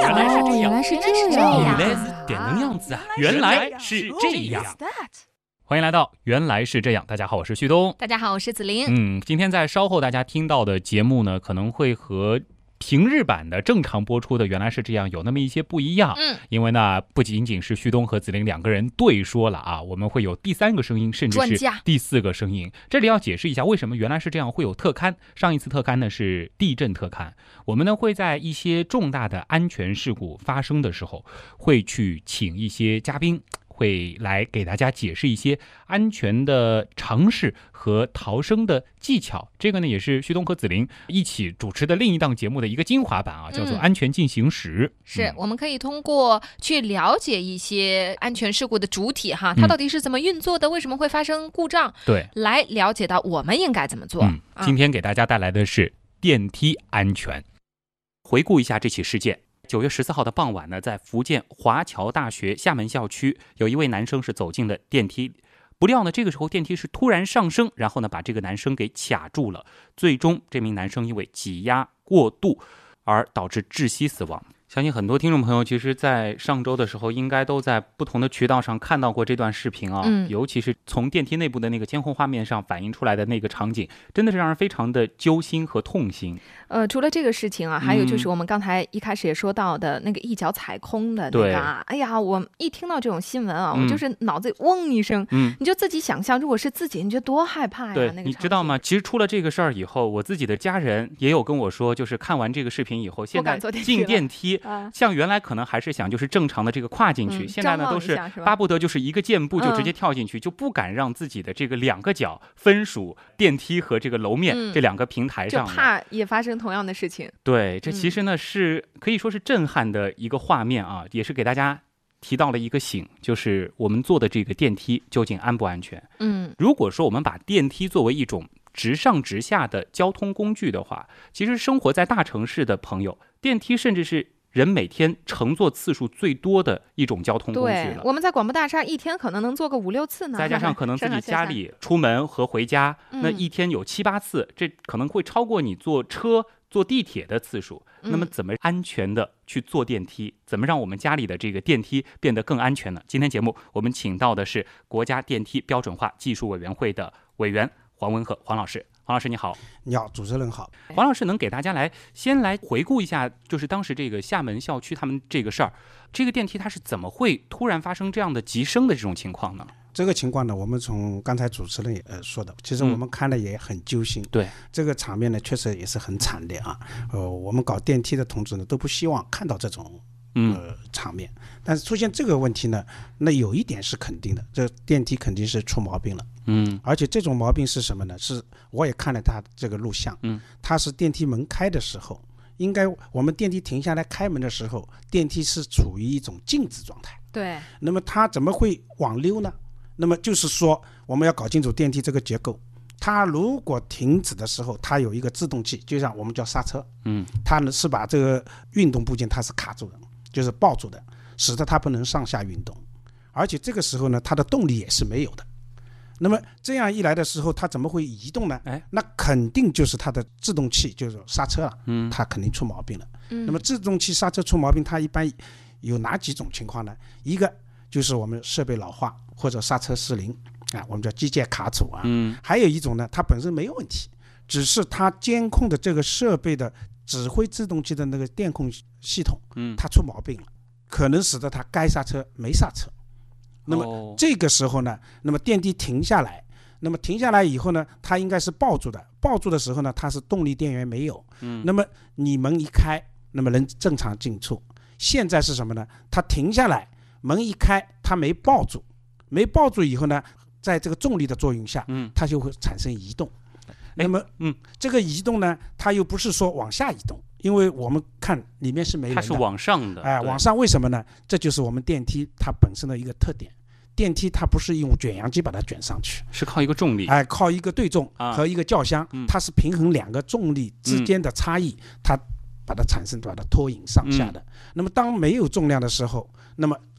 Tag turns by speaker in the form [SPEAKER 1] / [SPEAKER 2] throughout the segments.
[SPEAKER 1] 原来是这样，
[SPEAKER 2] 原来是点能样子啊！原来是这样。欢迎来到原来是这样，大家好，我是旭东。
[SPEAKER 1] 大家好，我是子琳。
[SPEAKER 2] 今天在稍后大家听到的节目呢，可能会和平日版的正常播出的原来是这样有那么一些不一样。因为呢，不仅仅是旭东和子琳两个人对说了啊，我们会有第三个声音，甚至是第四个声音。这里要解释一下，为什么原来是这样会有特刊。上一次特刊呢是地震特刊，我们呢会在一些重大的安全事故发生的时候，会去请一些嘉宾，会来给大家解释一些安全的常识和逃生的技巧。这个呢也是旭东和子琳一起主持的另一档节目的一个精华版啊，叫做安全进行时。
[SPEAKER 1] 是我们可以通过去了解一些安全事故的主体哈，它到底是怎么运作的，为什么会发生故障，
[SPEAKER 2] 对，
[SPEAKER 1] 来了解到我们应该怎么做。
[SPEAKER 2] 今天给大家带来的是电梯安全。回顾一下这起事件。9月14号的傍晚呢，在福建华侨大学厦门校区，有一位男生是走进了电梯，不料呢，这个时候电梯是突然上升，然后呢，把这个男生给卡住了，最终这名男生因为挤压过度而导致窒息死亡。相信很多听众朋友其实在上周的时候应该都在不同的渠道上看到过这段视频啊，尤其是从电梯内部的那个监控画面上反映出来的那个场景，真的是让人非常的揪心和痛心。
[SPEAKER 1] 除了这个事情啊，还有就是我们刚才一开始也说到的那个一脚踩空的那个啊，哎呀，我一听到这种新闻啊，我就是脑子嗡一声，你就自己想象，如果是自己，你觉得多害怕呀？
[SPEAKER 2] 对，
[SPEAKER 1] 那个
[SPEAKER 2] 你知道吗？其实出了这个事儿以后，我自己的家人也有跟我说，就是看完这个视频以后，现在进电梯，像原来可能还是想就是正常的这个跨进去，现在呢都是巴不得就是一个箭步就直接跳进去，就不敢让自己的这个两个脚分属电梯和这个楼面这两个平台上，
[SPEAKER 1] 就怕也发生同样的事情。
[SPEAKER 2] 对，这其实呢是可以说是震撼的一个画面啊，也是给大家提到了一个醒，就是我们坐的这个电梯究竟安不安全。如果说我们把电梯作为一种直上直下的交通工具的话，其实生活在大城市的朋友，电梯甚至是人每天乘坐次数最多的一种交通工具了。
[SPEAKER 1] 对，我们在广播大厦一天可能能坐个5-6次呢，
[SPEAKER 2] 再加上可能自己家里出门和回家，那一天有7-8次，这可能会超过你坐车坐地铁的次数。那么怎么安全的去坐电梯，怎么让我们家里的这个电梯变得更安全呢？今天节目我们请到的是国家电梯标准化技术委员会的委员黄文和黄老师。黄老师你好。
[SPEAKER 3] 你好，主持人好。
[SPEAKER 2] 黄老师能给大家先来回顾一下，就是当时这个厦门校区他们这个事儿，这个电梯它是怎么会突然发生这样的急升的这种情况呢？
[SPEAKER 3] 这个情况呢，我们从刚才主持人也说的，其实我们看了也很揪心。
[SPEAKER 2] 对，
[SPEAKER 3] 这个场面呢，确实也是很惨烈啊。我们搞电梯的同志呢，都不希望看到这种场面。但是出现这个问题呢，那有一点是肯定的，这电梯肯定是出毛病了。而且这种毛病是什么呢？是我也看了他这个录像，它是电梯门开的时候，应该我们电梯停下来开门的时候，电梯是处于一种静止状态。
[SPEAKER 1] 对，
[SPEAKER 3] 那么它怎么会往溜呢？那么就是说，我们要搞清楚电梯这个结构。它如果停止的时候，它有一个制动器，就像我们叫刹车，它呢是把这个运动部件它是卡住的，就是抱住的，使得它不能上下运动。而且这个时候呢，它的动力也是没有的。那么这样一来的时候，它怎么会移动呢？那肯定就是它的制动器，就是刹车了，它肯定出毛病了。那么制动器刹车出毛病，它一般有哪几种情况呢？一个就是我们设备老化或者刹车失灵啊，我们叫机械卡住啊。还有一种呢，它本身没有问题，只是它监控的这个设备的指挥制动器的那个电控系统，它出毛病了，可能使得它该刹车没刹车。那么这个时候呢，那么电梯停下来，那么停下来以后呢，它应该是抱住的，抱住的时候呢，它是动力电源没有，那么你门一开，那么能正常进出。现在是什么呢？它停下来，门一开，它没抱住，没抱住以后呢，在这个重力的作用下，它就会产生移动。那么这个移动呢，它又不是说往下移动，因为我们看里面是没人的，
[SPEAKER 2] 它是往上的。
[SPEAKER 3] 往上为什么呢？这就是我们电梯它本身的一个特点。电梯它不是用卷扬机把它卷上去，
[SPEAKER 2] 是靠一个重力，
[SPEAKER 3] 靠一个对重和一个轿厢，它是平衡两个重力之间的差异，它把它产生，把它拖引上下的。那么当没有重量的时候，那么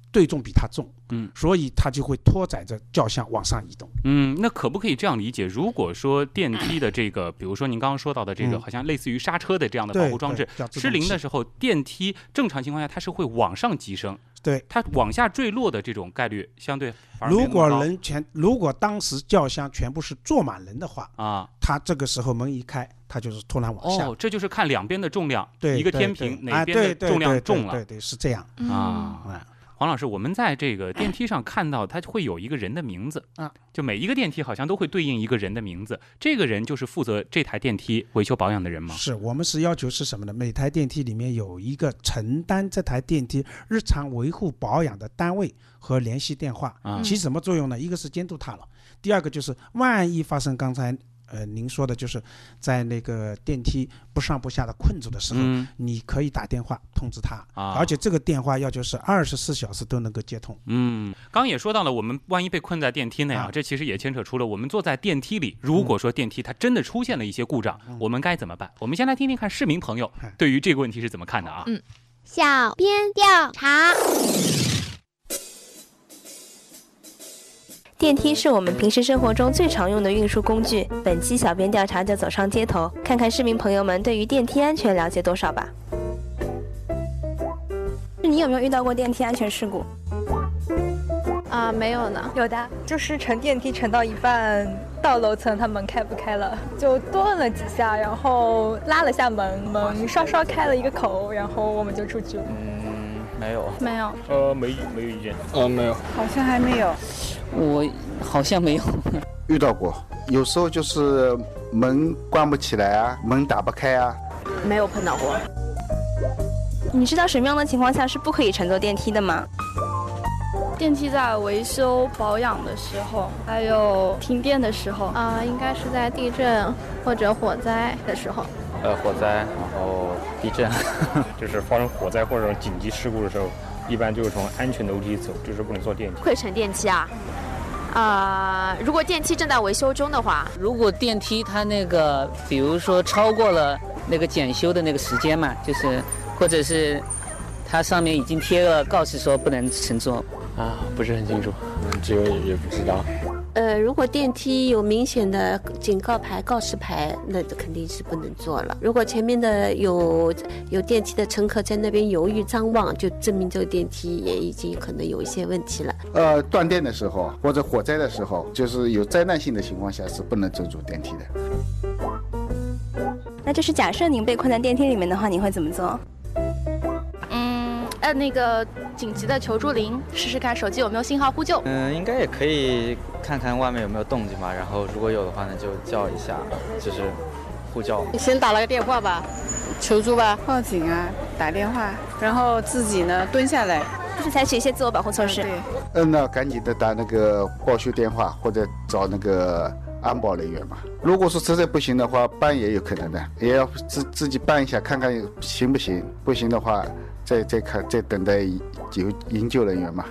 [SPEAKER 3] 对重比它重，所以它就会拖载着轿厢往上移动。
[SPEAKER 2] 那可不可以这样理解？如果说电梯的这个，比如说您刚刚说到的这个，好像类似于刹车的这样的保护装置，失灵的时候，电梯正常情况下它是会往上急升，
[SPEAKER 3] 对，
[SPEAKER 2] 它往下坠落的这种概率相对反而没那么高。
[SPEAKER 3] 如果当时轿厢全部是坐满人的话它这个时候门一开，它就是突然往下。
[SPEAKER 2] 这就是看两边的重量，一个天平哪边的重量重了。
[SPEAKER 3] 对，是这样
[SPEAKER 2] 黄老师，我们在这个电梯上看到，它会有一个人的名字就每一个电梯好像都会对应一个人的名字，这个人就是负责这台电梯维修保养的人吗？
[SPEAKER 3] 是，我们是要求是什么呢？每台电梯里面有一个承担这台电梯日常维护保养的单位和联系电话，起什么作用呢？一个是监督它了，第二个就是万一发生刚才您说的就是在那个电梯不上不下的困住的时候，你可以打电话通知他，而且这个电话要求是24小时都能够接通。
[SPEAKER 2] 刚也说到了，我们万一被困在电梯内这其实也牵扯出了我们坐在电梯里，如果说电梯它真的出现了一些故障，我们该怎么办？我们先来听听看市民朋友对于这个问题是怎么看的啊？
[SPEAKER 4] 小编调查。电梯是我们平时生活中最常用的运输工具，本期小编调查就走上街头，看看市民朋友们对于电梯安全了解多少吧。你有没有遇到过电梯安全事故？
[SPEAKER 5] 没有呢。
[SPEAKER 6] 有的，就是乘电梯乘到一半，到楼层它门开不开了，就多摁了几下，然后拉了下门，门稍稍开了一个口，然后我们就出去了。
[SPEAKER 7] 没有。没有意见。没有。
[SPEAKER 8] 好像还没有。
[SPEAKER 9] 我好像没有
[SPEAKER 10] 遇到过，有时候就是门关不起来啊，门打不开啊。
[SPEAKER 5] 没有碰到过。
[SPEAKER 4] 你知道什么样的情况下是不可以乘坐电梯的吗？
[SPEAKER 11] 电梯在维修保养的时候，还有停电的时候
[SPEAKER 5] 应该是在地震或者火灾的时候。
[SPEAKER 7] 火灾，然后地震，就是发生火灾或者紧急事故的时候，一般就是从安全的楼梯走，就是不能坐电梯。
[SPEAKER 5] 会乘电梯如果电梯正在维修中的话，
[SPEAKER 9] 如果电梯它那个，比如说超过了那个检修的那个时间嘛，就是或者是它上面已经贴了告示说不能乘坐。
[SPEAKER 7] 不是很清楚，这个也不知道。
[SPEAKER 12] 如果电梯有明显的警告牌、告示牌，那肯定是不能坐了。如果前面的有电梯的乘客在那边犹豫张望，就证明这个电梯也已经可能有一些问题了。
[SPEAKER 10] 断电的时候或者火灾的时候，就是有灾难性的情况下是不能乘坐电梯的。
[SPEAKER 4] 那就是假设您被困在电梯里面的话，你会怎么做？
[SPEAKER 5] 按那个紧急的求助铃，试试看手机有没有信号呼救。
[SPEAKER 13] 应该也可以看看外面有没有动静吧，然后如果有的话呢，就叫一下，就是呼叫。
[SPEAKER 14] 先打了个电话吧，求助吧，
[SPEAKER 8] 报警啊，打电话，然后自己呢蹲下来，
[SPEAKER 4] 就是采取一些自我保护措施。
[SPEAKER 8] 对，
[SPEAKER 10] 那赶紧的打那个报修电话或者找那个安保人员嘛。如果说实在不行的话，搬也有可能的，也要自己搬一下，看看行不行。不行的话，再等待有营救人员嘛。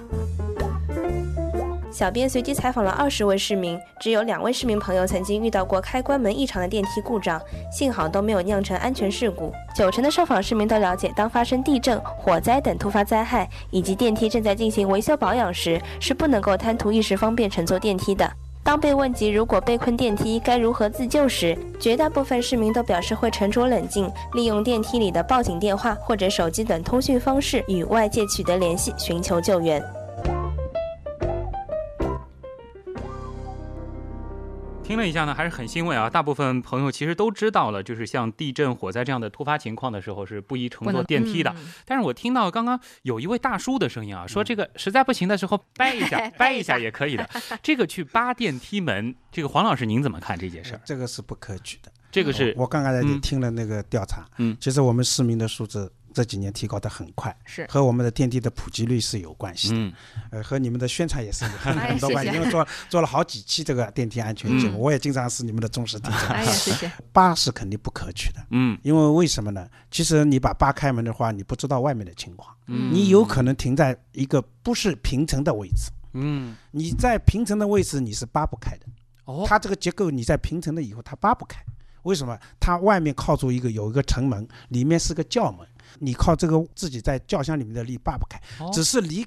[SPEAKER 4] 小编随机采访了20位市民，只有2位市民朋友曾经遇到过开关门异常的电梯故障，幸好都没有酿成安全事故。90%的受访市民都了解，当发生地震、火灾等突发灾害，以及电梯正在进行维修保养时，是不能够贪图一时方便乘坐电梯的。当被问及如果被困电梯该如何自救时，绝大部分市民都表示会沉着冷静，利用电梯里的报警电话或者手机等通讯方式与外界取得联系，寻求救援。
[SPEAKER 2] 听了一下呢，还是很欣慰啊！大部分朋友其实都知道了，就是像地震、火灾这样的突发情况的时候是不宜乘坐电梯的。但是我听到刚刚有一位大叔的声音啊，说这个实在不行的时候掰一下也可以的。这个去扒电梯门，这个黄老师您怎么看这件事儿？
[SPEAKER 3] 这个是不可取的。
[SPEAKER 2] 这个是
[SPEAKER 3] 我刚才也听了那个调查，其实我们市民的素质这几年提高得很快，
[SPEAKER 1] 是
[SPEAKER 3] 和我们的电梯的普及率是有关系的，和你们的宣传也是有很多关系，因为做了好几期这个电梯安全节目，我也经常是你们的忠实听众。
[SPEAKER 1] 谢谢。
[SPEAKER 3] 扒是肯定不可取的，因为为什么呢？其实你把扒开门的话，你不知道外面的情况，你有可能停在一个不是平层的位置，你在平层的位置你是扒不开的，它这个结构你在平层的以后它扒不开。为什么？它外面靠住有一个城门，里面是个轿门，你靠这个自己在轿厢里面的力扒不开，只是离开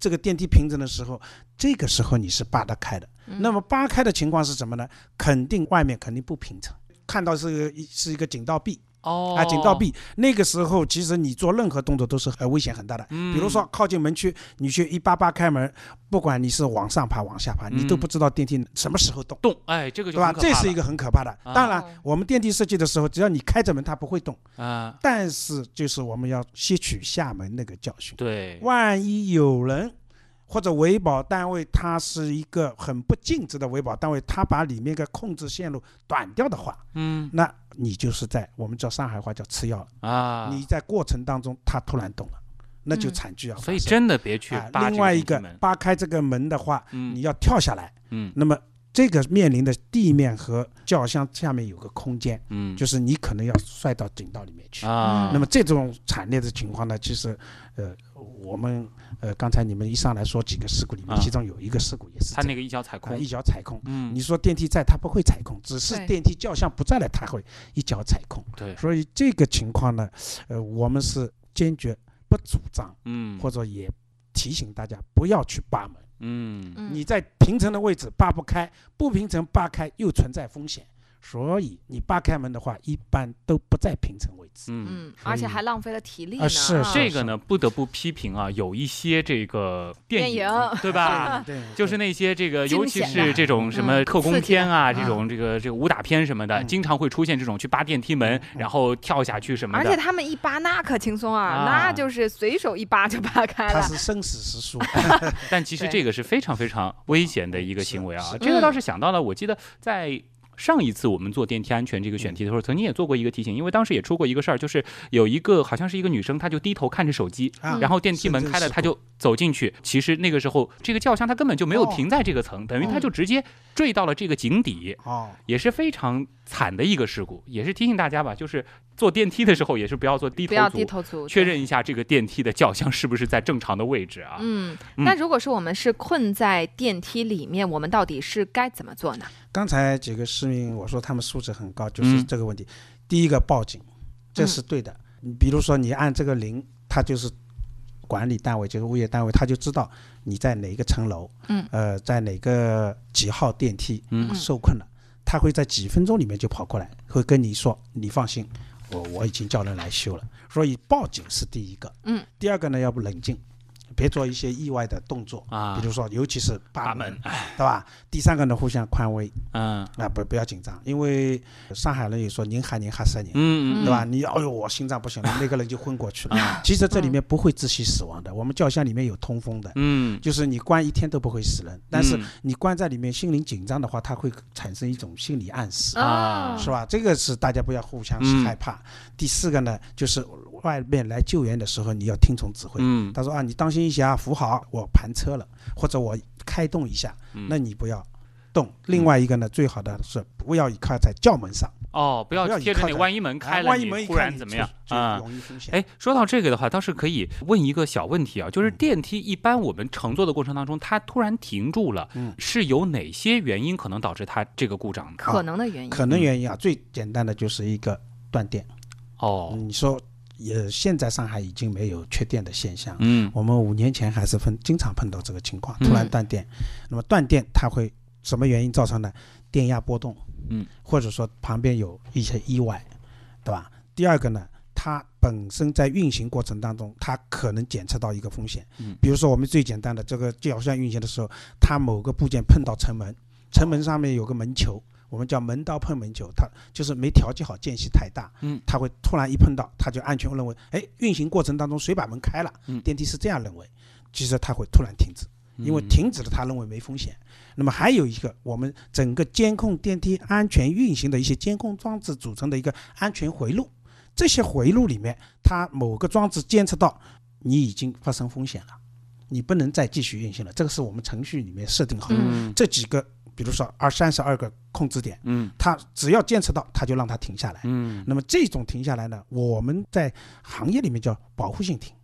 [SPEAKER 3] 这个电梯平整的时候，这个时候你是扒得开的。那么扒开的情况是什么呢？肯定外面肯定不平整，看到是一个井道壁。井道壁，那个时候其实你做任何动作都是危险很大的。比如说靠近门区，你去188开门，不管你是往上爬往下爬，你都不知道电梯什么时候动。
[SPEAKER 2] 这个就很可怕了，
[SPEAKER 3] 对吧？这是一个很可怕的。当然，我们电梯设计的时候，只要你开着门，它不会动。但是就是我们要吸取厦门那个教训。
[SPEAKER 2] 对，
[SPEAKER 3] 万一有人或者维保单位，它是一个很不尽职的维保单位，它把里面的控制线路断掉的话，那你就是在我们叫上海话叫吃药了你在过程当中它突然动了，那就惨剧要发生。
[SPEAKER 2] 所以真的别去扒
[SPEAKER 3] 另外一个扒开这个门的话，你要跳下来，那么这个面临的地面和轿厢下面有个空间，就是你可能要摔到井道里面去那么这种惨烈的情况呢，其实我们刚才你们一上来说几个事故里面，其中有一个事故也是
[SPEAKER 2] 他那个一脚踩空，
[SPEAKER 3] 一脚踩空。你说电梯在，它不会踩空，只是电梯轿厢不在了，它会一脚踩空。
[SPEAKER 2] 对，
[SPEAKER 3] 所以这个情况呢，我们是坚决不主张，或者也提醒大家不要去扒门。你在平层的位置扒不开，不平层扒开又存在风险。所以你扒开门的话，一般都不在平层位置。
[SPEAKER 1] 而且还浪费了体力呢。
[SPEAKER 3] 是
[SPEAKER 2] 这个呢，不得不批评啊，有一些这个电影，对吧？就是那些这个，尤其是这种什么特工片啊，这种这个武打片什么的，经常会出现这种去扒电梯门，然后跳下去什么的。
[SPEAKER 1] 而且他们一扒那可轻松那就是随手一扒就扒开了。
[SPEAKER 3] 他是生死时速。
[SPEAKER 2] 但其实这个是非常非常危险的一个行为啊。这个倒是想到了，我记得在上一次我们做电梯安全这个选题的时候，曾经也做过一个提醒，因为当时也出过一个事儿，就是有一个好像是一个女生，她就低头看着手机，然后电梯门开了，她就走进去。其实那个时候这个轿厢它根本就没有停在这个层，等于它就直接坠到了这个井底，也是非常惨的一个事故。也是提醒大家吧，就是坐电梯的时候也是不要做低头族，确认一下这个电梯的轿厢是不是在正常的位置啊。
[SPEAKER 1] 那如果说我们是困在电梯里面，我们到底是该怎么做呢？
[SPEAKER 3] 刚才几个市民我说他们素质很高，就是这个问题。第一个报警，这是对的。比如说你按这个铃，它就是管理单位，就是物业单位，他就知道你在哪个层楼，在哪个几号电梯受困了，他会在几分钟里面就跑过来，会跟你说你放心，我已经叫人来修了。所以报警是第一个。第二个呢，要不冷静，别做一些意外的动作比如说尤其是扒门，对吧？第三个呢，互相宽慰，不要紧张，因为上海人也说您喊您吓死您，对吧？你我心脏不行了，那个人就昏过去了。其实这里面不会窒息死亡的，我们轿厢里面有通风的，就是你关1天都不会死人，但是你关在里面心灵紧张的话，它会产生一种心理暗示是吧？这个是大家不要互相害怕。第四个呢，就是外面来救援的时候，你要听从指挥。他说你当心一下，扶好，我盘车了，或者我开动一下，那你不要动。另外一个呢，最好的是不要倚靠在轿门上。
[SPEAKER 2] 不要贴着你，万一门开了，你忽然怎么样
[SPEAKER 3] 容易风险。
[SPEAKER 2] 说到这个的话，倒是可以问一个小问题啊，就是电梯一般我们乘坐的过程当中，它突然停住了，是有哪些原因可能导致它这个故障呢？
[SPEAKER 1] 可能的原因，
[SPEAKER 3] 可能原因最简单的就是一个断电。你说现在上海已经没有缺电的现象，我们5年前还是经常碰到这个情况，突然断电。那么断电它会什么原因造成的？电压波动，或者说旁边有一些意外，对吧？第二个呢，它本身在运行过程当中，它可能检测到一个风险，比如说我们最简单的这个轿厢运行的时候，它某个部件碰到层门，层门上面有个门球，我们叫门刀碰门球，它就是没调节好，间隙太大，它会突然一碰到，它就安全认为，运行过程当中谁把门开了，电梯是这样认为，其实它会突然停止，因为停止了，它认为没风险。那么还有一个，我们整个监控电梯安全运行的一些监控装置组成的一个安全回路，这些回路里面，它某个装置监测到你已经发生风险了，你不能再继续运行了，这个是我们程序里面设定好的。这几个比如说32个控制点，它只要监测到，它就让它停下来。那么这种停下来呢，我们在行业里面叫保护性停。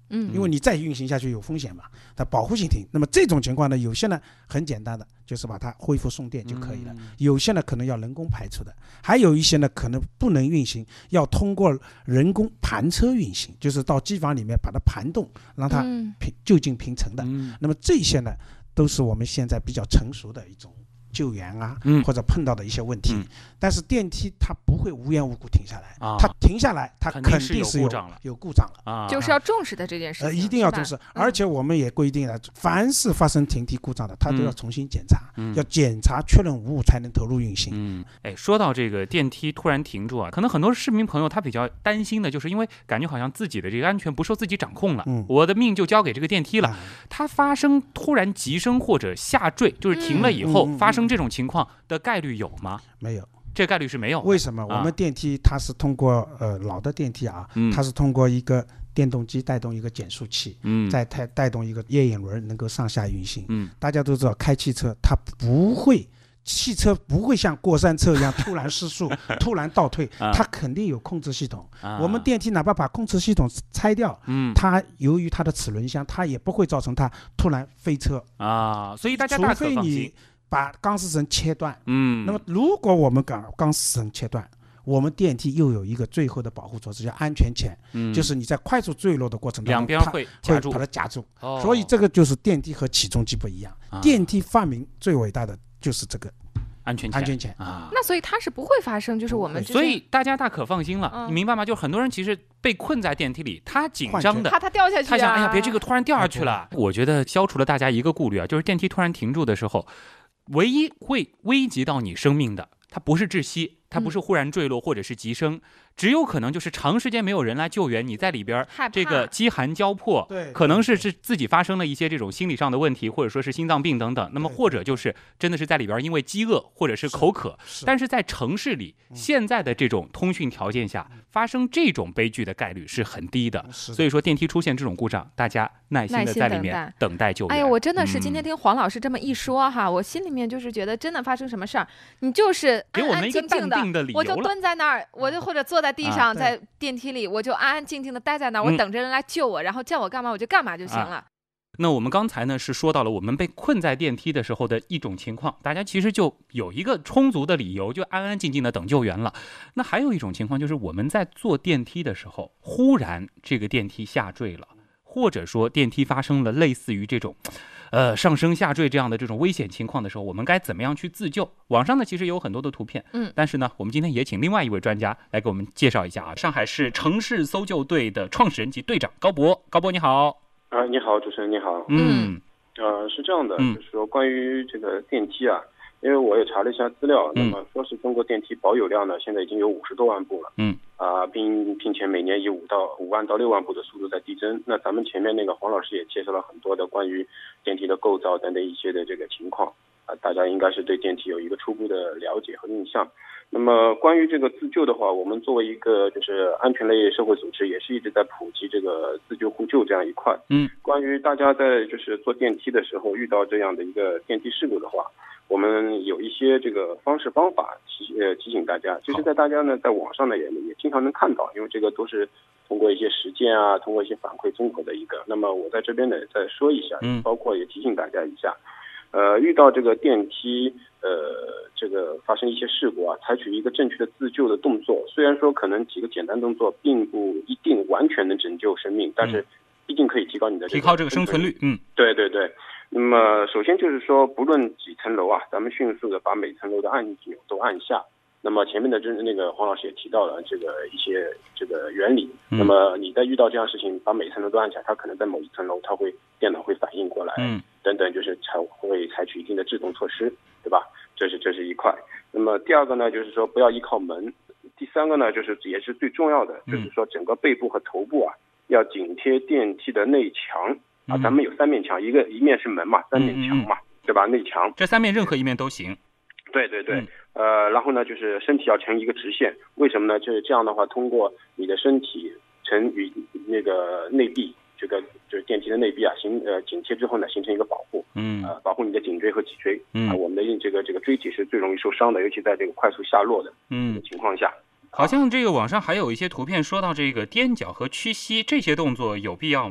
[SPEAKER 3] 因为你再运行下去有风险嘛，它保护性停。那么这种情况呢，有些呢很简单的，就是把它恢复送电就可以了，有些呢可能要人工排除的，还有一些呢可能不能运行，要通过人工盘车运行，就是到机房里面把它盘动，让它就近平层的。那么这些呢都是我们现在比较成熟的一种救援啊，或者碰到的一些问题。但是电梯它不会无缘无故停下来，它停下来它肯定是有故障了，
[SPEAKER 1] 就是要重视的这件事情，
[SPEAKER 3] 一定要重视。而且我们也规定了，凡是发生电梯故障的，它都要重新检查，要检查确认无误才能投入运行。
[SPEAKER 2] 说到这个电梯突然停住啊，可能很多市民朋友他比较担心的就是因为感觉好像自己的这个安全不受自己掌控了，我的命就交给这个电梯了，它发生突然急升或者下坠，就是停了以后发生这种情况的概率有吗？
[SPEAKER 3] 没有，
[SPEAKER 2] 这概率是没有。
[SPEAKER 3] 为什么？我们电梯它是通过老的电梯啊，它是通过一个电动机带动一个减速器，再带动一个液引轮能够上下运行。大家都知道开汽车它汽车不会像过山车一样突然失速突然倒退，它肯定有控制系统。我们电梯哪怕把控制系统拆掉，它由于它的齿轮箱，它也不会造成它突然飞车
[SPEAKER 2] 啊。所以大家大可放心，
[SPEAKER 3] 除非你把钢丝绳切断。那么如果我们钢丝绳切断，我们电梯又有一个最后的保护措施，叫安全钳，就是你在快速坠落的过程当中，
[SPEAKER 2] 两边会
[SPEAKER 3] 把它夹住。所以这个就是电梯和起重机不一样。电梯发明最伟大的就是这个安全钳
[SPEAKER 2] 啊。
[SPEAKER 1] 那所以它是不会发生，就是我们
[SPEAKER 2] 所以大家大可放心了，你明白吗？就是很多人其实被困在电梯里，他紧张的，
[SPEAKER 1] 怕他掉下去，
[SPEAKER 2] 他想哎呀别这个突然掉下去了。我觉得消除了大家一个顾虑啊，就是电梯突然停住的时候，唯一会危及到你生命的，它不是窒息，它不是忽然坠落或者是急升，只有可能就是长时间没有人来救援，你在里边这个饥寒交迫，可能是自己发生了一些这种心理上的问题，或者说是心脏病等等。那么或者就是真的是在里边因为饥饿或者是口渴，但是在城市里现在的这种通讯条件下，发生这种悲剧的概率是很低的。所以说电梯出现这种故障，大家耐心的在里面等待救援。
[SPEAKER 1] 哎呀，我真的是今天听黄老师这么一说哈，我心里面就是觉得真的发生什么事儿，你就是
[SPEAKER 2] 给我们一个淡定的理由了，
[SPEAKER 1] 我就蹲在那儿，我就或者坐在地上，在电梯里，我就安安静静的待在那儿，我等着人来救我，然后叫我干嘛我就干嘛就行了。
[SPEAKER 2] 那我们刚才呢是说到了我们被困在电梯的时候的一种情况，大家其实就有一个充足的理由，就安安静静的等救援了。那还有一种情况就是我们在坐电梯的时候，忽然这个电梯下坠了，或者说电梯发生了类似于这种上升下坠这样的这种危险情况的时候，我们该怎么样去自救？网上呢其实有很多的图片，但是呢我们今天也请另外一位专家来给我们介绍一下啊，上海市城市搜救队的创始人及队长高博。高博你好。
[SPEAKER 15] 你好，主持人你好。是这样的，就是说关于这个电梯啊，因为我也查了一下资料，那么说是中国电梯保有量呢，现在已经有50多万部了。并且每年以5万到6万部的速度在递增。那咱们前面那个黄老师也介绍了很多的关于电梯的构造等等一些的这个情况大家应该是对电梯有一个初步的了解和印象。那么关于这个自救的话，我们作为一个就是安全类社会组织，也是一直在普及这个自救互救这样一块。关于大家在就是坐电梯的时候遇到这样的一个电梯事故的话，我们有一些这个方式方法提醒大家。其实在大家呢在网上呢也经常能看到，因为这个都是通过一些实践啊，通过一些反馈综合的一个。那么我在这边呢再说一下，包括也提醒大家一下，遇到这个电梯这个发生一些事故啊，采取一个正确的自救的动作。虽然说可能几个简单动作并不一定完全能拯救生命，但是毕竟可以提高你的
[SPEAKER 2] 提高这个生存率。
[SPEAKER 15] 对对对。那么首先就是说，不论几层楼啊，咱们迅速的把每层楼的按钮都按下。那么前面的那个黄老师也提到了这个一些这个原理。那么你在遇到这样的事情，把每层楼都按下，它可能在某一层楼，电脑会反应过来，等等，就是会采取一定的制动措施，对吧？这是一块。那么第二个呢，就是说不要依靠门。第三个呢，就是也是最重要的，就是说整个背部和头部啊，要紧贴电梯的内墙。咱们有3面墙，一面是门嘛，3面墙嘛，对吧？内墙
[SPEAKER 2] 这3面任何一面都行。
[SPEAKER 15] 对对对。然后呢，就是身体要成一个直线。为什么呢？就是这样的话，通过你的身体与那个内壁，这个就是电梯的内壁啊，紧贴之后呢，形成一个保护。保护你的颈椎和脊椎。我们的这个椎体是最容易受伤的，尤其在这个快速下落的情况下。
[SPEAKER 2] 好像这个网上还有一些图片说到这个踮脚和屈膝这些动作有必要吗？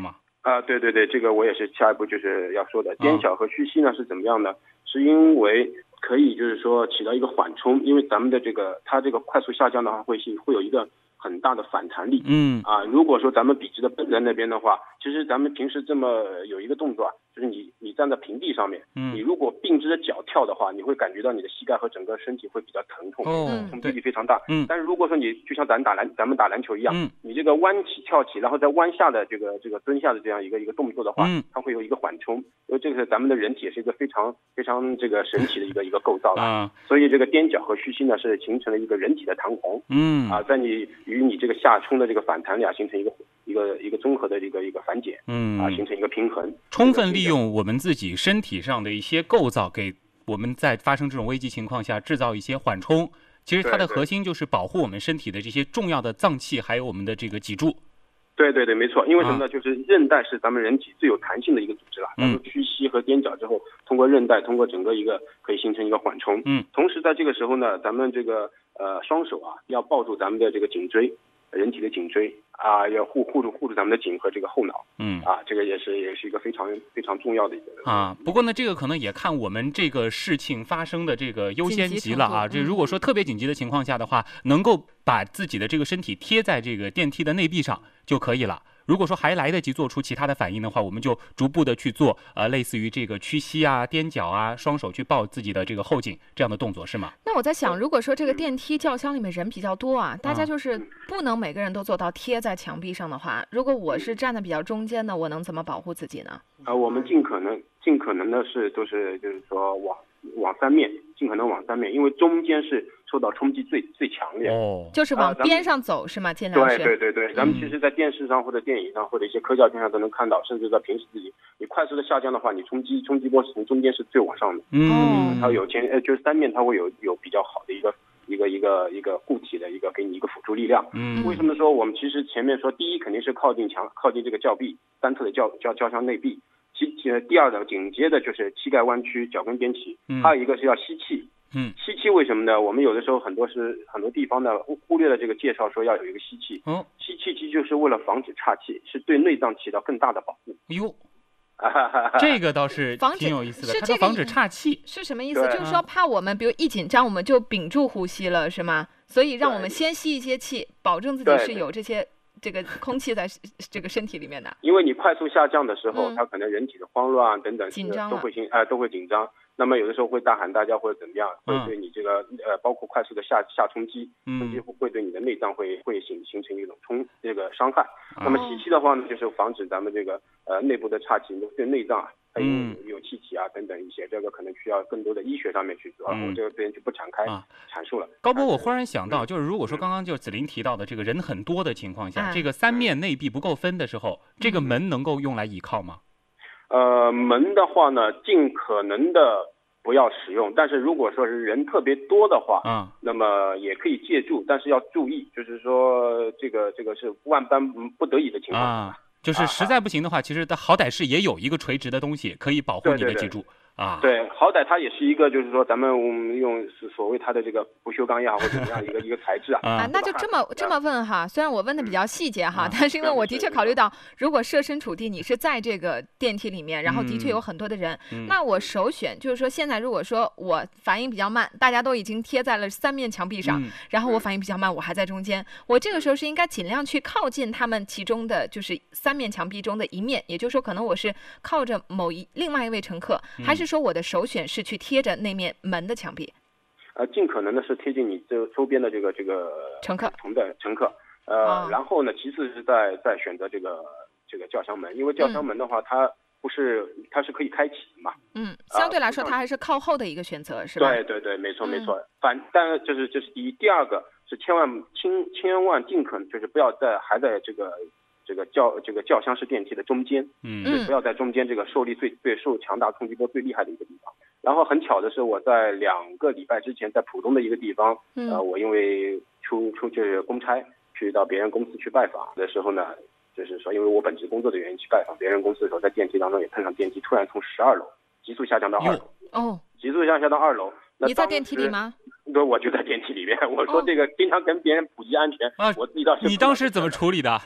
[SPEAKER 15] 对对对，这个我也是下一步就是要说的。颠角和虚吸呢是怎么样呢？是因为可以就是说起到一个缓冲，因为咱们的它这个快速下降的话会有一个很大的反弹力。如果说咱们笔直的奔在那边的话，其实咱们平时这么有一个动作，就是你站在平地上面，你如果并直的脚跳的话，你会感觉到你的膝盖和整个身体会比较疼痛，冲击力非常大。但是如果说你就像咱们打篮球一样，你这个弯起跳起，然后再弯下的这个蹲下的这样一个动作的话，它会有一个缓冲，因为这个是咱们的人体也是一个非常非常这个神奇的一个构造了。所以这个颠角和虚吸呢是形成了一个人体的弹簧。在你与你这个下冲的这个反弹俩形成一个综合的一个反减。形成一个平衡，
[SPEAKER 2] 充分利用我们自己身体上的一些构造，给我们在发生这种危机情况下制造一些缓冲。其实它的核心就是保护我们身体的这些重要的脏器，还有我们的这个脊柱。
[SPEAKER 15] 对对对，没错。因为什么呢？就是韧带是咱们人体最有弹性的一个组织了。屈膝和踮脚之后，通过韧带，通过整个一个可以形成一个缓冲。同时在这个时候呢，咱们这个双手要抱住咱们的这个颈椎。人体的颈椎要护住咱们的颈和这个后脑。这个也是一个非常非常重要的一个
[SPEAKER 2] 不过呢，这个可能也看我们这个事情发生的这个优先级了啊。这如果说特别紧急的情况下的话，能够把自己的这个身体贴在这个电梯的内壁上就可以了。如果说还来得及做出其他的反应的话，我们就逐步的去做类似于这个屈膝啊、踮脚啊、双手去抱自己的这个后颈这样的动作，是吗？
[SPEAKER 1] 那我在想，如果说这个电梯轿厢里面人比较多啊，大家就是不能每个人都做到贴在墙壁上的话，如果我是站在比较中间的，我能怎么保护自己呢？
[SPEAKER 15] 我们尽可能的都是就是说往三面，尽可能往三面，因为中间是受到冲击最强烈。
[SPEAKER 1] 就是往边上走是吗？尽量是。
[SPEAKER 15] 对，咱们其实在电视上或者电影上或者一些科教片上都能看到，甚至在平时自己，你快速的下降的话，你冲击波是从中间是最往上的。它有就是三面它会有比较好的一个固体的给你一个辅助力量。为什么说我们其实前面说第一肯定是靠近这个轿壁单侧的轿厢内壁，第二的紧接着就是膝盖弯曲，脚跟踮起，还有一个是要吸气。吸气为什么呢？我们有的时候很多地方呢忽略了这个介绍，说要有一个吸气。吸气其实就是为了防止岔气，是对内脏起到更大的保护。
[SPEAKER 2] 这个倒是挺有意思的，它防止岔气
[SPEAKER 1] 是什么意思？就是说怕我们比如一紧张我们就屏住呼吸了，是吗？所以让我们先吸一些气，保证自己是有这个空气在这个身体里面的。
[SPEAKER 15] 因为你快速下降的时候，它可能人体的慌乱等等
[SPEAKER 1] 紧张
[SPEAKER 15] 都会紧张。那么有的时候会大喊大叫或者怎么样，会对你这个包括快速的下冲击会对你的内脏会形成一种这个伤害。那么吸气的话呢，就是防止咱们这个内部的岔气对内脏还有气体等等一些，这个可能需要更多的医学上面去做。我这边就不展开阐述了。
[SPEAKER 2] 高博，我忽然想到，就是如果说刚刚就是子霖提到的这个人很多的情况下，这个三面内壁不够分的时候，这个门能够用来倚靠吗？
[SPEAKER 15] 门的话呢，尽可能的不要使用，但是如果说是人特别多的话，那么也可以借助，但是要注意，就是说这个是万般不得已的情况
[SPEAKER 2] 就是实在不行的话，其实它好歹是也有一个垂直的东西可以保护你的脊柱。
[SPEAKER 15] 对，好歹它也是一个，就是说咱们用所谓它的这个不锈钢也好或者怎么样一个材质
[SPEAKER 1] 那就这么问哈，虽然我问的比较细节哈，但是因为我的确考虑到，如果设身处地你是在这个电梯里面，然后的确有很多的人，那我首选就是说，现在如果说我反应比较慢，大家都已经贴在了三面墙壁上，然后我反应比较慢，我还在中间，我这个时候是应该尽量去靠近他们其中的就是三面墙壁中的一面，也就是说可能我是靠着另外一位乘客，还是说我的首选是去贴着那面门的墙壁？
[SPEAKER 15] 尽可能的是贴近你这周边的这个乘客然后呢，其次是在选择这个轿厢门，因为轿厢门的话，它是可以开启的嘛。
[SPEAKER 1] 相对来说，它还是靠后的一个选择，是吧？
[SPEAKER 15] 对，没错。但这是第一，第二个是千万尽可能就是不要还在这个轿厢式电梯的中间，不要在中间这个受力最受强大冲击波最厉害的一个地方。然后很巧的是，我在2个礼拜之前在浦东的一个地方，我因为就是公差去到别人公司去拜访的时候呢，就是说因为我本职工作的原因去拜访别人公司的时候，在电梯当中也碰上电梯突然从12楼急速下降到2楼。急速下降到2楼。
[SPEAKER 1] 你在电梯里吗？
[SPEAKER 15] 对，我就在电梯里面。我说这个经常跟别人普及安全，我自己倒是。
[SPEAKER 2] 你当时怎么处理的？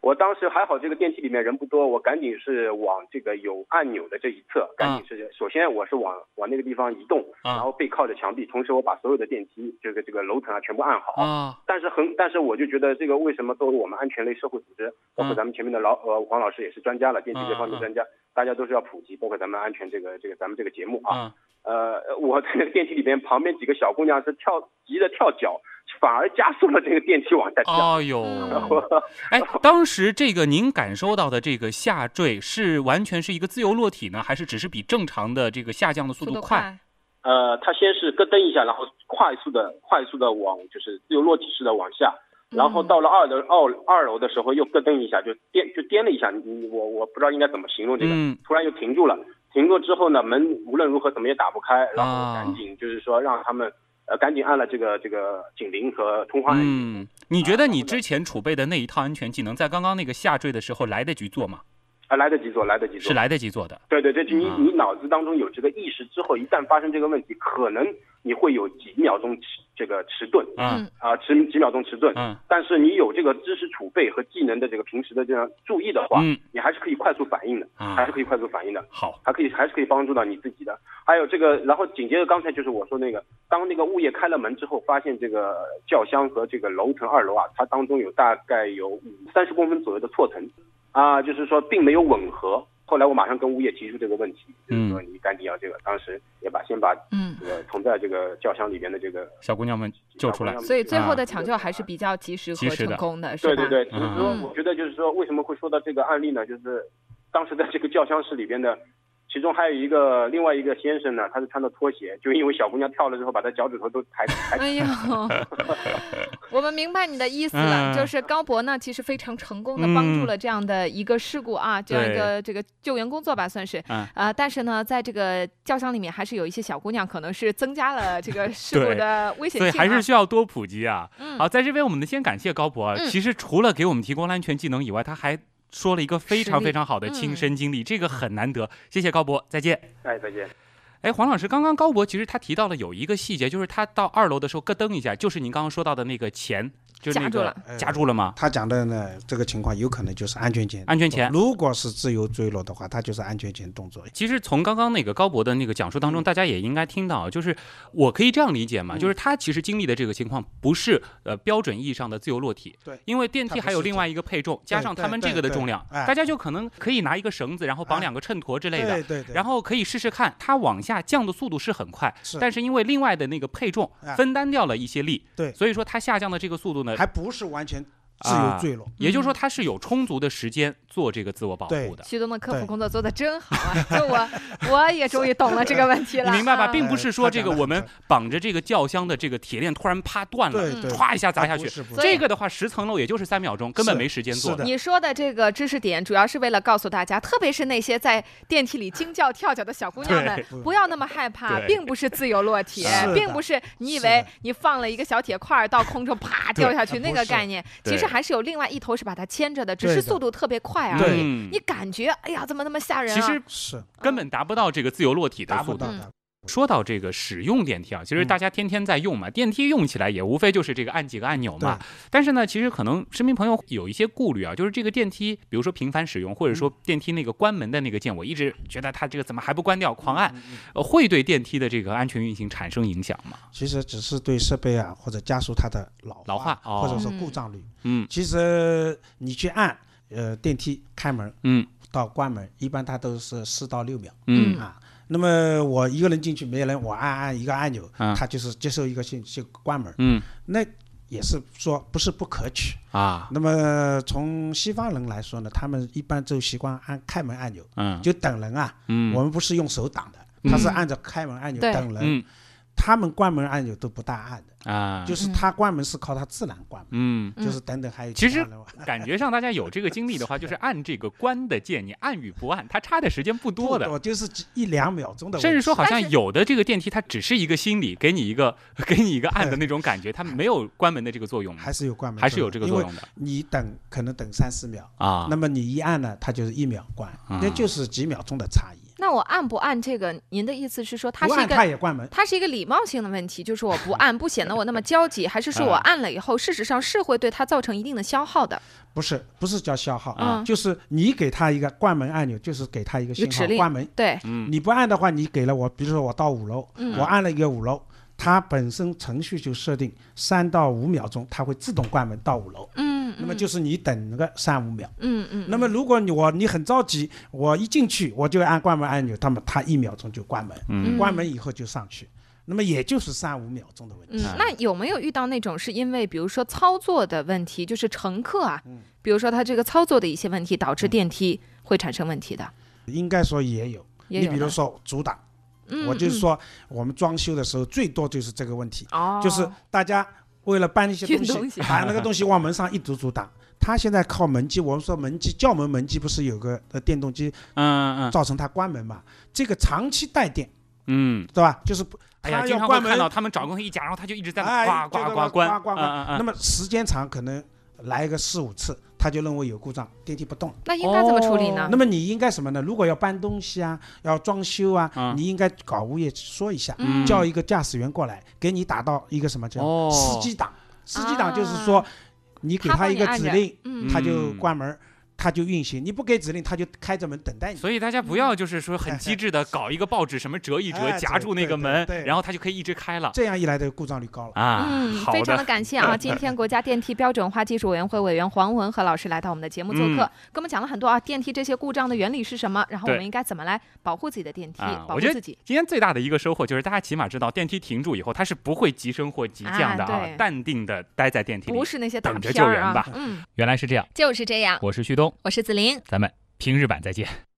[SPEAKER 15] 我当时还好，这个电梯里面人不多，我赶紧是往这个有按钮的这一侧，赶紧是首先我是往那个地方移动，然后背靠着墙壁，同时我把所有的电梯这个楼层全部按好。但是我就觉得这个为什么作为我们安全类社会组织，包括咱们前面的黄老师也是专家了，电梯这方面专家，大家都是要普及，包括咱们安全这个咱们这个节目啊。我在那个电梯里边，旁边几个小姑娘是急着跳脚，反而加速了这个电梯往下降。
[SPEAKER 2] 哎呦，当时这个您感受到的这个下坠是完全是一个自由落体呢，还是只是比正常的这个下降的速度快？
[SPEAKER 15] 它先是咯噔一下，然后快速的往就是自由落体式的往下，然后到了二楼的时候又咯噔一下，就颠了一下。我不知道应该怎么形容这个，突然又停住了。停住之后呢，门无论如何怎么也打不开，然后赶紧就是说让他们赶紧按了这个警铃和通话按钮。
[SPEAKER 2] 你觉得你之前储备的那一套安全技能，在刚刚那个下坠的时候来得及做吗？
[SPEAKER 15] 来得及做，是
[SPEAKER 2] 来得及做的。
[SPEAKER 15] 对，就你脑子当中有这个意识之后，一旦发生这个问题，可能你会有几秒钟这个迟钝，几秒钟迟钝。但是你有这个知识储备和技能的这个平时的这样注意的话，你还是可以快速反应的，
[SPEAKER 2] 好，
[SPEAKER 15] 还是可以帮助到你自己的。还有这个，然后紧接着刚才就是我说那个，当那个物业开了门之后，发现这个轿厢和这个楼层2楼它当中有大概有30公分左右的错层。就是说并没有吻合。后来我马上跟物业提出这个问题，就是说你赶紧要这个，当时也先把这个藏在这个轿厢里边的这个
[SPEAKER 2] 小姑娘们救出来。
[SPEAKER 1] 所以最后的抢救还是比较及时和成功的，是吧？
[SPEAKER 15] 对，就是说，我觉得就是说，为什么会说到这个案例呢？就是当时在这个轿厢室里边的。其中还有另外一个先生呢，他是穿着拖鞋，就因为小姑娘跳了之后，把他脚趾头都抬。
[SPEAKER 1] 哎呦，我们明白你的意思了，就是高博呢，其实非常成功的帮助了这样的一个事故这样一个这个救援工作吧，算是。但是呢，在这个轿厢里面，还是有一些小姑娘可能是增加了这个事故的危险性，
[SPEAKER 2] 所以还是需要多普及啊。好，在这边我们先感谢高博其实除了给我们提供了安全技能以外，他还说了一个非常非常好的亲身经历，这个很难得。谢谢高博，再见。
[SPEAKER 15] 再见。
[SPEAKER 2] 黄老师，刚刚高博其实他提到了有一个细节，就是他到2楼的时候咯噔一下，就是您刚刚说到的那个钱，就是那个夹住了吗？
[SPEAKER 3] 他讲的呢，这个情况有可能就是安全钳。如果是自由坠落的话，它就是安全钳动作。
[SPEAKER 2] 其实从刚刚那个高博的那个讲述当中，大家也应该听到，就是我可以这样理解嘛，就是他其实经历的这个情况不是标准意义上的自由落体，
[SPEAKER 3] 对，
[SPEAKER 2] 因为电梯还有另外一个配重，加上他们这个的重量，大家就可能可以拿一个绳子，然后绑2个秤砣之类的，
[SPEAKER 3] 对，
[SPEAKER 2] 然后可以试试看，它往下降的速度是很快，但是因为另外的那个配重分担掉了一些力，
[SPEAKER 3] 对，
[SPEAKER 2] 所以说它下降的这个速度呢，
[SPEAKER 3] 还不是完全自由坠落，
[SPEAKER 2] 也就是说它是有充足的时间做这个自我保护的。
[SPEAKER 1] 徐东的科普工作做得真好就我也终于懂了这个问题了。
[SPEAKER 2] 你明白吧？并不是说这个我们绑着这个轿厢的这个铁链突然啪断了，歘一下砸下去，这个的话10层楼也就是3秒钟，根本没时间做。
[SPEAKER 1] 你说的这个知识点主要是为了告诉大家，特别是那些在电梯里惊叫跳脚的小姑娘们，不要那么害怕，并不是自由落体，并不是你以为你放了一个小铁块到空中啪掉下去那个概念，其实还是有另外一头是把它牵着的，只是速度特别快而已。你感觉哎呀怎么那么吓人
[SPEAKER 2] 其实是根本达不到这个自由落体的速度。说到这个使用电梯其实大家天天在用嘛，电梯用起来也无非就是这个按几个按钮嘛。但是呢，其实可能身边朋友有一些顾虑就是这个电梯，比如说频繁使用，或者说电梯那个关门的那个键，我一直觉得它这个怎么还不关掉，狂按，会对电梯的这个安全运行产生影响吗？
[SPEAKER 3] 其实只是对设备或者加速它的老化，或者说故障率。其实你去按电梯开门，到关门，一般它都是4到6秒，那么我一个人进去没人，我按一个按钮，它就是接受一个信息关门，那也是说不是不可取那么从西方人来说呢，他们一般就习惯按开门按钮，就等人我们不是用手挡的，他是按着开门按钮等人，他们关门按钮都不大按的。就是他关门是靠他自然关门，就是等等还有
[SPEAKER 2] 其实感觉上大家有这个经历的话，就是按这个关的键，你按与不按，它差的时间不多的，
[SPEAKER 3] 就是1-2秒钟的。
[SPEAKER 2] 甚至说好像有的这个电梯，它只是一个心理给你一个按的那种感觉，它没有关门的这个作用。
[SPEAKER 3] 还是有关门，
[SPEAKER 2] 还是有这个作用的。
[SPEAKER 3] 你可能等3-4秒那么你一按呢，它就是1秒关，那就是几秒钟的差异。
[SPEAKER 1] 那我按不按这个？您的意思是说它是一个
[SPEAKER 3] 它也关门，
[SPEAKER 1] 它是一个礼貌性的问题，就是我不按不显得我那么焦急，还是说我按了以后，事实上是会对它造成一定的消耗的？
[SPEAKER 3] 不是叫消耗，就是你给它一个关门按钮，就是给它一个信号关门。
[SPEAKER 1] 对，
[SPEAKER 3] 你不按的话，你给了我，比如说我到5楼，我按了一个5楼。它本身程序就设定3到5秒钟，它会自动关门到5楼。那么就是你等那个3-5秒。那么如果你很着急，我一进去我就按关门按钮，它1秒钟就关门，关门以后就上去。那么也就是3-5秒钟的问题。
[SPEAKER 1] 那有没有遇到那种是因为比如说操作的问题，就是乘客啊，比如说他这个操作的一些问题导致电梯会产生问题的？
[SPEAKER 3] 应该说也有。你比如说阻挡。我就是说，我们装修的时候最多就是这个问题，就是大家为了搬一些东西，把那个东西往门上一阻挡。他现在靠门机，我们说门机叫门机不是有个电动机，造成它关门嘛？这个长期带电，对吧？就是
[SPEAKER 2] 经常会看到他们找个一夹，然后他就一直在呱关。
[SPEAKER 3] 那么时间长，可能来个4-5次。他就认为有故障，电梯不动。
[SPEAKER 1] 那应该怎么处理呢？
[SPEAKER 3] 那么你应该什么呢？如果要搬东西啊，要装修啊，你应该搞物业说一下，叫一个驾驶员过来，给你打到一个什么叫司机档。司机档就是说，你给他一个指令，他就关门。它就运行，你不给指令，它就开着门等待你。
[SPEAKER 2] 所以大家不要就是说很机智的搞一个报纸什么折一折夹住那个门，然后它就可以一直开了。
[SPEAKER 3] 这样一来的故障率高了
[SPEAKER 1] 非常的感谢啊！今天国家电梯标准化技术委员会委员黄文和老师来到我们的节目做客，跟我们讲了很多电梯这些故障的原理是什么，然后我们应该怎么来保护自己的电梯，保护自己。
[SPEAKER 2] 今天最大的一个收获就是大家起码知道电梯停住以后它是不会急升或急降的淡定的待在电梯里，
[SPEAKER 1] 不是那些
[SPEAKER 2] 等着救人吧。原来是这样，
[SPEAKER 1] 就是这样。
[SPEAKER 2] 我是旭东，
[SPEAKER 1] 我是子琳，
[SPEAKER 2] 咱们平日版再见。